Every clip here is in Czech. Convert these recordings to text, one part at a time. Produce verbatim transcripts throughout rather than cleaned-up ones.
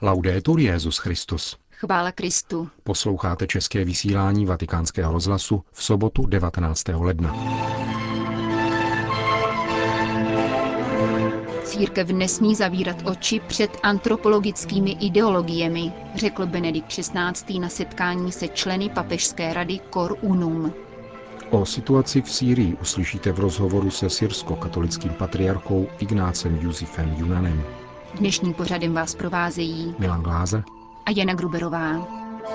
Laudetur Jesus Christus. Chvála Kristu. Posloucháte české vysílání Vatikánského rozhlasu v sobotu devatenáctého ledna. Církev nesmí zavírat oči před antropologickými ideologiemi, řekl Benedikt šestnáctý na setkání se členy papežské rady Cor Unum. O situaci v Sýrii uslyšíte v rozhovoru se syrsko-katolickým patriarchou Ignácem Josifem Junanem. Dnešním pořadem vás provázejí Milan Glázer a Jana Gruberová.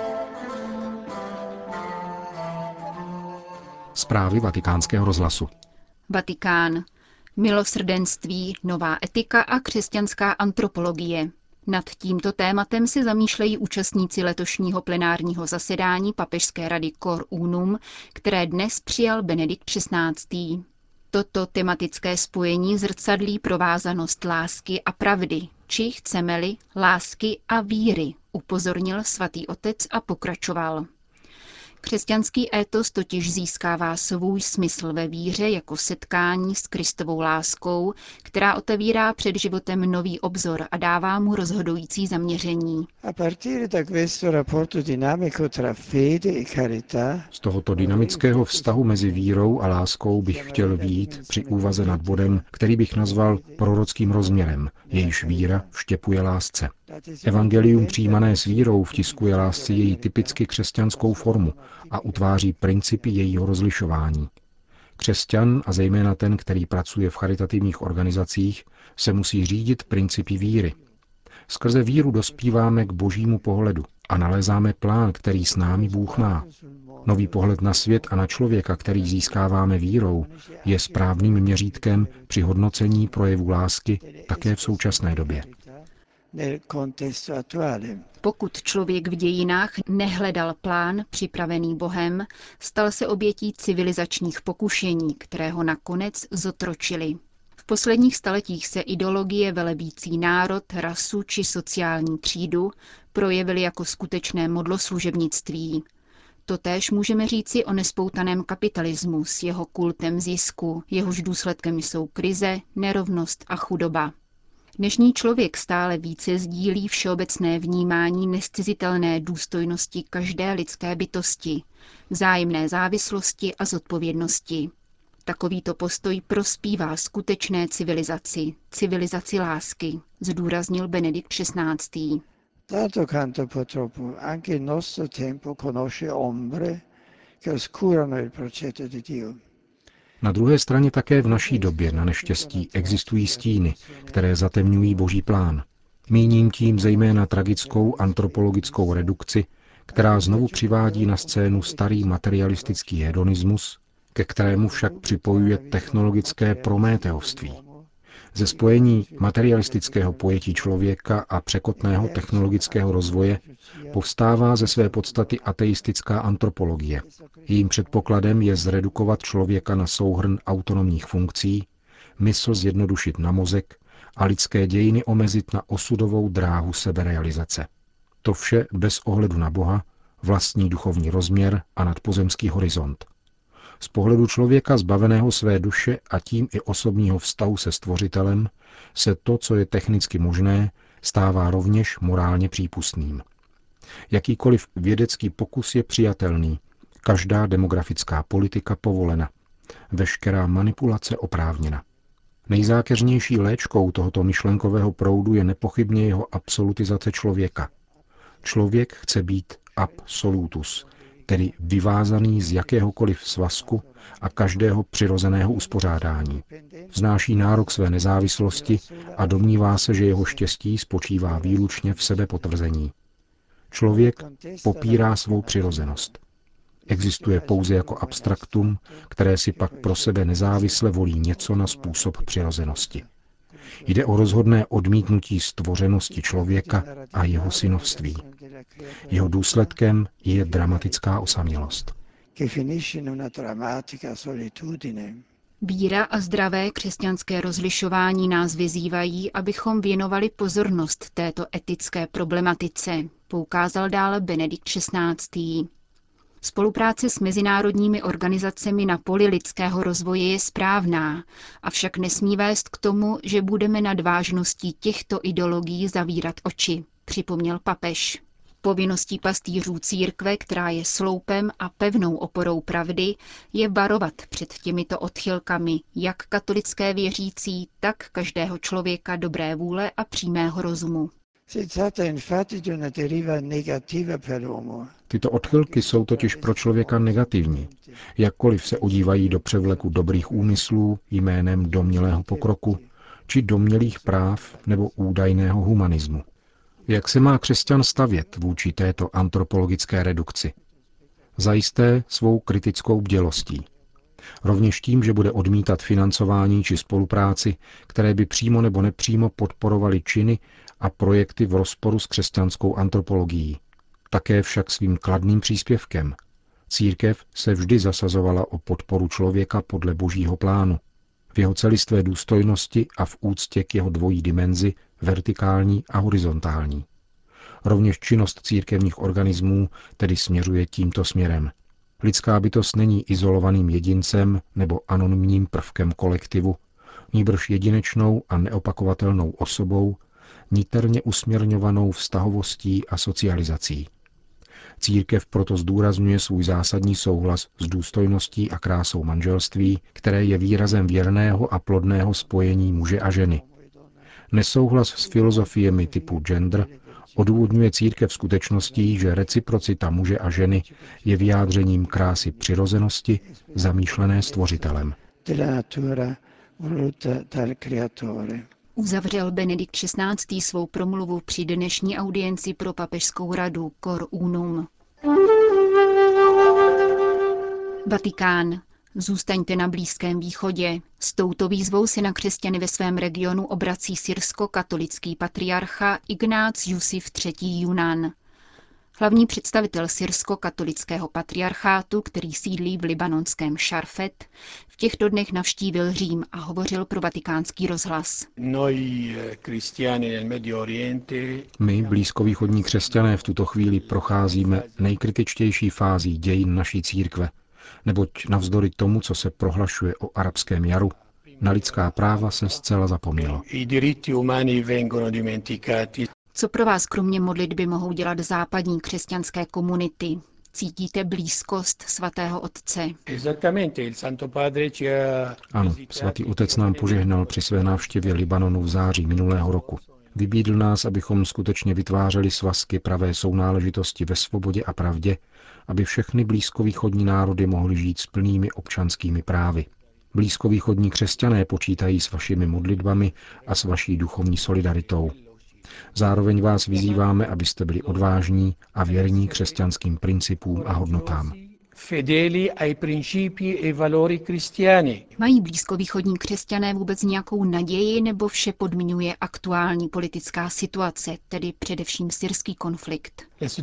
Zprávy Vatikánského rozhlasu. Vatikán. Milosrdenství, nová etika a křesťanská antropologie. Nad tímto tématem se zamýšlejí účastníci letošního plenárního zasedání papežské rady Cor Unum, které dnes přijal Benedikt šestnáctý. Toto tematické spojení zrcadlí provázanost lásky a pravdy, či chceme-li lásky a víry, upozornil svatý otec a pokračoval. Křesťanský étos totiž získává svůj smysl ve víře jako setkání s Kristovou láskou, která otevírá před životem nový obzor a dává mu rozhodující zaměření. Z tohoto dynamického vztahu mezi vírou a láskou bych chtěl vyjít při úvaze nad bodem, který bych nazval prorockým rozměrem, jejíž víra vštěpuje lásce. Evangelium přijímané s vírou vtiskuje lásce její typicky křesťanskou formu a utváří principy jejího rozlišování. Křesťan, a zejména ten, který pracuje v charitativních organizacích, se musí řídit principy víry. Skrze víru dospíváme k božímu pohledu a nalézáme plán, který s námi Bůh má. Nový pohled na svět a na člověka, který získáváme vírou, je správným měřítkem při hodnocení projevu lásky také v současné době. Pokud člověk v dějinách nehledal plán připravený Bohem, stal se obětí civilizačních pokušení, které ho nakonec zotročily. V posledních staletích se ideologie velebící národ, rasu či sociální třídu projevily jako skutečné modloslužebnictví. Totéž můžeme říci o nespoutaném kapitalismu s jeho kultem zisku, jehož důsledkem jsou krize, nerovnost a chudoba. Dnešní člověk stále více sdílí všeobecné vnímání nezcizitelné důstojnosti každé lidské bytosti, vzájemné závislosti a zodpovědnosti. Takovýto postoj prospívá skutečné civilizaci, civilizaci lásky, zdůraznil Benedikt šestnáctý. Na druhé straně také v naší době na neštěstí existují stíny, které zatemňují boží plán. Míním tím zejména tragickou antropologickou redukci, která znovu přivádí na scénu starý materialistický hedonismus, ke kterému však připojuje technologické prométeovství. Ze spojení materialistického pojetí člověka a překotného technologického rozvoje povstává ze své podstaty ateistická antropologie. Jejím předpokladem je zredukovat člověka na souhrn autonomních funkcí, mysl zjednodušit na mozek a lidské dějiny omezit na osudovou dráhu seberealizace. To vše bez ohledu na Boha, vlastní duchovní rozměr a nadpozemský horizont. Z pohledu člověka zbaveného své duše a tím i osobního vztahu se Stvořitelem se to, co je technicky možné, stává rovněž morálně přípustným. Jakýkoliv vědecký pokus je přijatelný, každá demografická politika povolena, veškerá manipulace oprávněna. Nejzákeřnější léčkou tohoto myšlenkového proudu je nepochybně jeho absolutizace člověka. Člověk chce být absolutus, tedy vyvázaný z jakéhokoliv svazku a každého přirozeného uspořádání. Vznáší nárok své nezávislosti a domnívá se, že jeho štěstí spočívá výlučně v sebepotvrzení. Člověk popírá svou přirozenost. Existuje pouze jako abstraktum, které si pak pro sebe nezávisle volí něco na způsob přirozenosti. Jde o rozhodné odmítnutí stvořenosti člověka a jeho synovství. Jeho důsledkem je dramatická osamělost. Víra a zdravé křesťanské rozlišování nás vyzývají, abychom věnovali pozornost této etické problematice, poukázal dále Benedikt šestnáctý. Spolupráce s mezinárodními organizacemi na poli lidského rozvoje je správná, avšak nesmí vést k tomu, že budeme nad vážností těchto ideologií zavírat oči, připomněl papež. Povinností pastýřů církve, která je sloupem a pevnou oporou pravdy, je varovat před těmito odchylkami jak katolické věřící, tak každého člověka dobré vůle a přímého rozumu. Tyto odchylky jsou totiž pro člověka negativní. Jakkoliv se odívají do převleku dobrých úmyslů jménem domnělého pokroku, či domnělých práv nebo údajného humanismu. Jak se má křesťan stavět vůči této antropologické redukci? Zajisté svou kritickou bdělostí. Rovněž tím, že bude odmítat financování či spolupráci, které by přímo nebo nepřímo podporovaly činy a projekty v rozporu s křesťanskou antropologií. Také však svým kladným příspěvkem. Církev se vždy zasazovala o podporu člověka podle božího plánu, v jeho celistvé důstojnosti a v úctě k jeho dvojí dimenzi, vertikální a horizontální. Rovněž činnost církevních organismů tedy směřuje tímto směrem. Lidská bytost není izolovaným jedincem nebo anonymním prvkem kolektivu, nýbrž jedinečnou a neopakovatelnou osobou, niterně usměrňovanou vztahovostí a socializací. Církev proto zdůrazňuje svůj zásadní souhlas s důstojností a krásou manželství, které je výrazem věrného a plodného spojení muže a ženy. Nesouhlas s filozofiemi typu gender odůvodňuje církev skutečností, že reciprocita muže a ženy je vyjádřením krásy přirozenosti, zamýšlené stvořitelem. Uzavřel Benedikt šestnáctý. svou promluvu při dnešní audienci pro papežskou radu Cor Unum. Vatikán. Zůstaňte na Blízkém východě. S touto výzvou se na křesťany ve svém regionu obrací syrsko-katolický patriarcha Ignác Jusif třetí. Junan. Hlavní představitel syrsko-katolického patriarchátu, který sídlí v libanonském Šarfet, v těchto dnech navštívil Řím a hovořil pro vatikánský rozhlas. My, blízkovýchodní křesťané, v tuto chvíli procházíme nejkritičtější fází dějin naší církve, neboť navzdory tomu, co se prohlašuje o arabském jaru, na lidská práva se zcela zapomnělo. Co pro vás kromě modlitby mohou dělat západní křesťanské komunity? Cítíte blízkost svatého otce? Ano, svatý otec nám požehnal při své návštěvě Libanonu v září minulého roku. Vybídl nás, abychom skutečně vytvářeli svazky pravé sounáležitosti ve svobodě a pravdě, aby všechny blízkovýchodní národy mohly žít s plnými občanskými právy. Blízkovýchodní křesťané počítají s vašimi modlitbami a s vaší duchovní solidaritou. Zároveň vás vyzýváme, abyste byli odvážní a věrní křesťanským principům a hodnotám. Mají blízkovýchodní křesťané vůbec nějakou naději, nebo vše podmiňuje aktuální politická situace, tedy především syrský konflikt?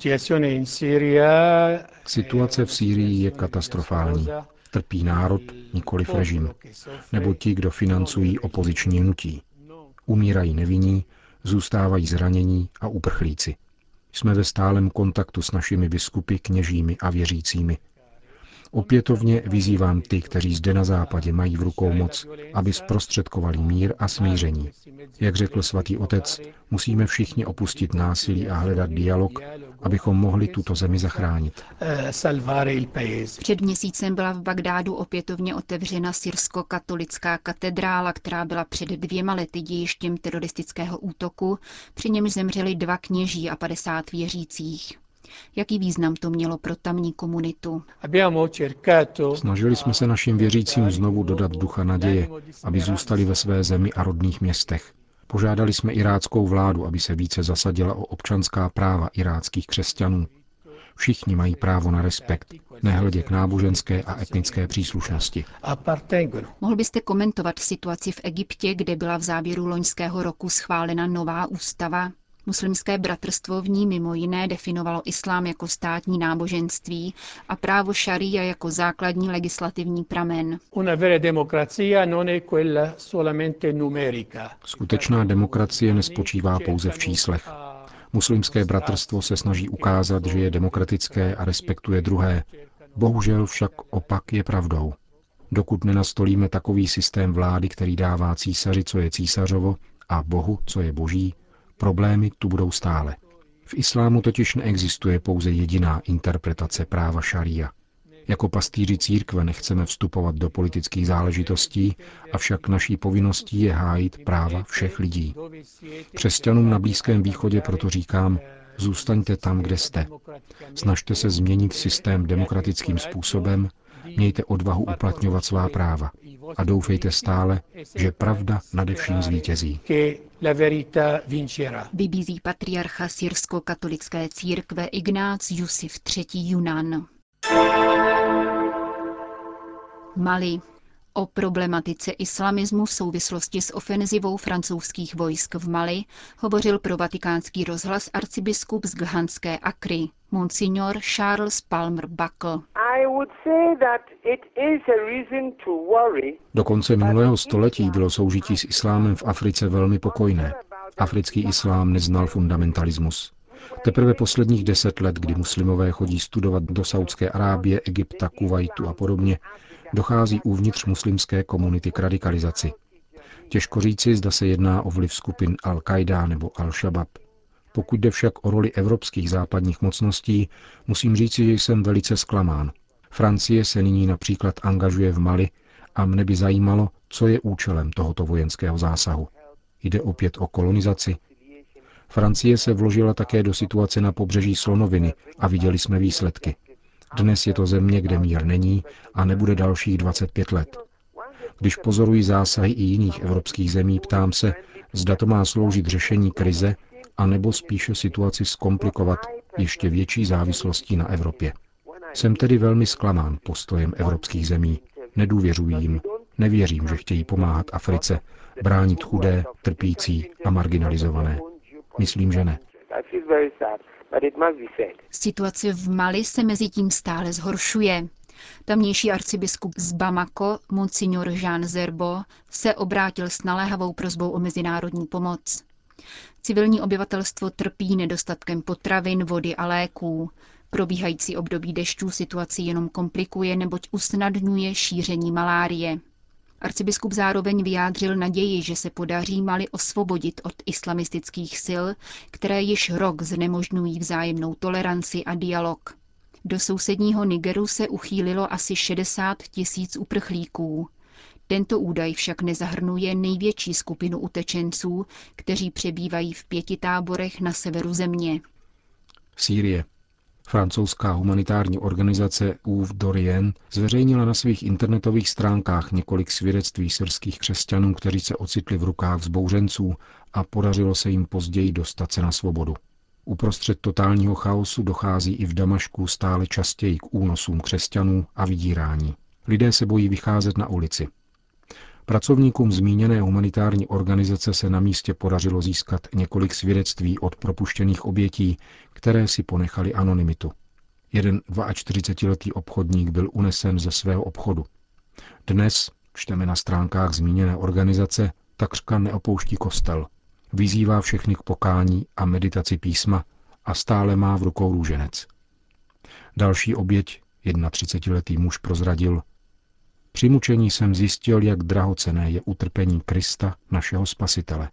Situace v Sýrii je katastrofální. Trpí národ, nikoliv režim, nebo ti, kdo financují opoziční hnutí. Umírají nevinní, zůstávají zranění a uprchlíci. Jsme ve stálem kontaktu s našimi biskupy, kněžími a věřícími. Opětovně vyzývám ty, kteří zde na západě mají v rukou moc, aby zprostředkovali mír a smíření. Jak řekl svatý otec, musíme všichni opustit násilí a hledat dialog, abychom mohli tuto zemi zachránit. Před měsícem byla v Bagdádu opětovně otevřena syrsko-katolická katedrála, která byla před dvěma lety dějištěm teroristického útoku, při němž zemřeli dva kněží a padesát věřících. Jaký význam to mělo pro tamní komunitu? Snažili jsme se našim věřícím znovu dodat ducha naděje, aby zůstali ve své zemi a rodných městech. Požádali jsme iráckou vládu, aby se více zasadila o občanská práva iráckých křesťanů. Všichni mají právo na respekt, nehledě k náboženské a etnické příslušnosti. Mohl byste komentovat situaci v Egyptě, kde byla v závěru loňského roku schválena nová ústava? Muslimské bratrstvo v ní mimo jiné definovalo islám jako státní náboženství a právo šaría jako základní legislativní pramen. Skutečná demokracie nespočívá pouze v číslech. Muslimské bratrstvo se snaží ukázat, že je demokratické a respektuje druhé. Bohužel však opak je pravdou. Dokud nenastolíme takový systém vlády, který dává císaři, co je císařovo, a Bohu, co je boží, problémy tu budou stále. V islámu totiž neexistuje pouze jediná interpretace práva šaría. Jako pastýři církve nechceme vstupovat do politických záležitostí, avšak naší povinností je hájit práva všech lidí. Křesťanům na Blízkém východě proto říkám, zůstaňte tam, kde jste. Snažte se změnit systém demokratickým způsobem, mějte odvahu uplatňovat svá práva a doufejte stále, že pravda nade vším zvítězí. Vybízí patriarcha syrsko-katolické církve Ignác Jusif třetí. Junan. Mali. O problematice islamismu v souvislosti s ofenzivou francouzských vojsk v Mali hovořil pro Vatikánský rozhlas arcibiskup z Ghanské Akry, monsignor Charles Palmer Buckle. Do konce minulého století bylo soužití s islámem v Africe velmi pokojné. Africký islám neznal fundamentalismus. Teprve posledních deset let, kdy muslimové chodí studovat do Saúdské Arábie, Egypta, Kuvajtu a podobně, dochází uvnitř muslimské komunity k radikalizaci. Těžko říci, zda se jedná o vliv skupin Al-Qaida nebo Al-Shabaab. Pokud jde však o roli evropských západních mocností, musím říci, že jsem velice zklamán. Francie se nyní například angažuje v Mali a mne by zajímalo, co je účelem tohoto vojenského zásahu. Jde opět o kolonizaci? Francie se vložila také do situace na pobřeží Slonoviny a viděli jsme výsledky. Dnes je to země, kde mír není a nebude dalších dvacet pět let. Když pozoruji zásahy i jiných evropských zemí, ptám se, zda to má sloužit řešení krize, anebo spíše situaci zkomplikovat ještě větší závislostí na Evropě. Jsem tedy velmi zklamán postojem evropských zemí. Nedůvěřuji jim. Nevěřím, že chtějí pomáhat Africe, bránit chudé, trpící a marginalizované. Myslím, že ne. Situace v Mali se mezi tím stále zhoršuje. Tamnější arcibiskup z Bamako, monsignor Jean Zerbo, se obrátil s naléhavou prosbou o mezinárodní pomoc. Civilní obyvatelstvo trpí nedostatkem potravin, vody a léků. Probíhající období dešťů situaci jenom komplikuje, neboť usnadňuje šíření malárie. Arcibiskup zároveň vyjádřil naději, že se podaří Mali osvobodit od islamistických sil, které již rok znemožňují vzájemnou toleranci a dialog. Do sousedního Nigeru se uchýlilo asi šedesát tisíc uprchlíků. Tento údaj však nezahrnuje největší skupinu utečenců, kteří přebývají v pěti táborech na severu země. Sýrie. Francouzská humanitární organizace Oeuvre d'Orient zveřejnila na svých internetových stránkách několik svědectví syrských křesťanů, kteří se ocitli v rukách vzbouřenců a podařilo se jim později dostat se na svobodu. Uprostřed totálního chaosu dochází i v Damašku stále častěji k únosům křesťanů a vydírání. Lidé se bojí vycházet na ulici. Pracovníkům zmíněné humanitární organizace se na místě podařilo získat několik svědectví od propuštěných obětí, které si ponechali anonymitu. Jeden čtyřicetiletý obchodník byl unesen ze svého obchodu. Dnes, čteme na stránkách zmíněné organizace, takřka neopouští kostel. Vyzývá všechny k pokání a meditaci písma a stále má v rukou růženec. Další oběť, třicetiletý muž, prozradil: při mučení jsem zjistil, jak drahocenné je utrpení Krista, našeho Spasitele.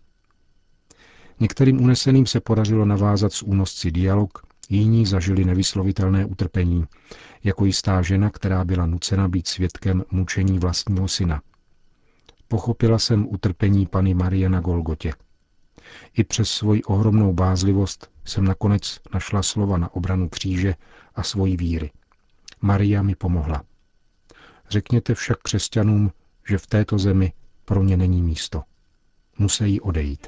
Některým uneseným se podařilo navázat s únosci dialog, jiní zažili nevyslovitelné utrpení, jako jistá žena, která byla nucena být svědkem mučení vlastního syna. Pochopila jsem utrpení Panny Marie na Golgotě. I přes svoji ohromnou bázlivost jsem nakonec našla slova na obranu kříže a svojí víry. Maria mi pomohla. Řekněte však křesťanům, že v této zemi pro ně není místo. Musejí odejít.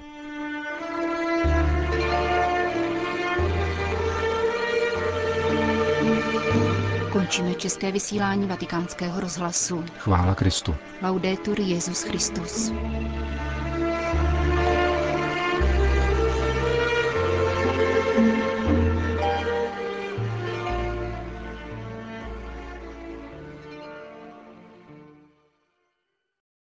Končíme české vysílání Vatikánského rozhlasu. Chvála Kristu. Laudetur Jesus Christus. thank you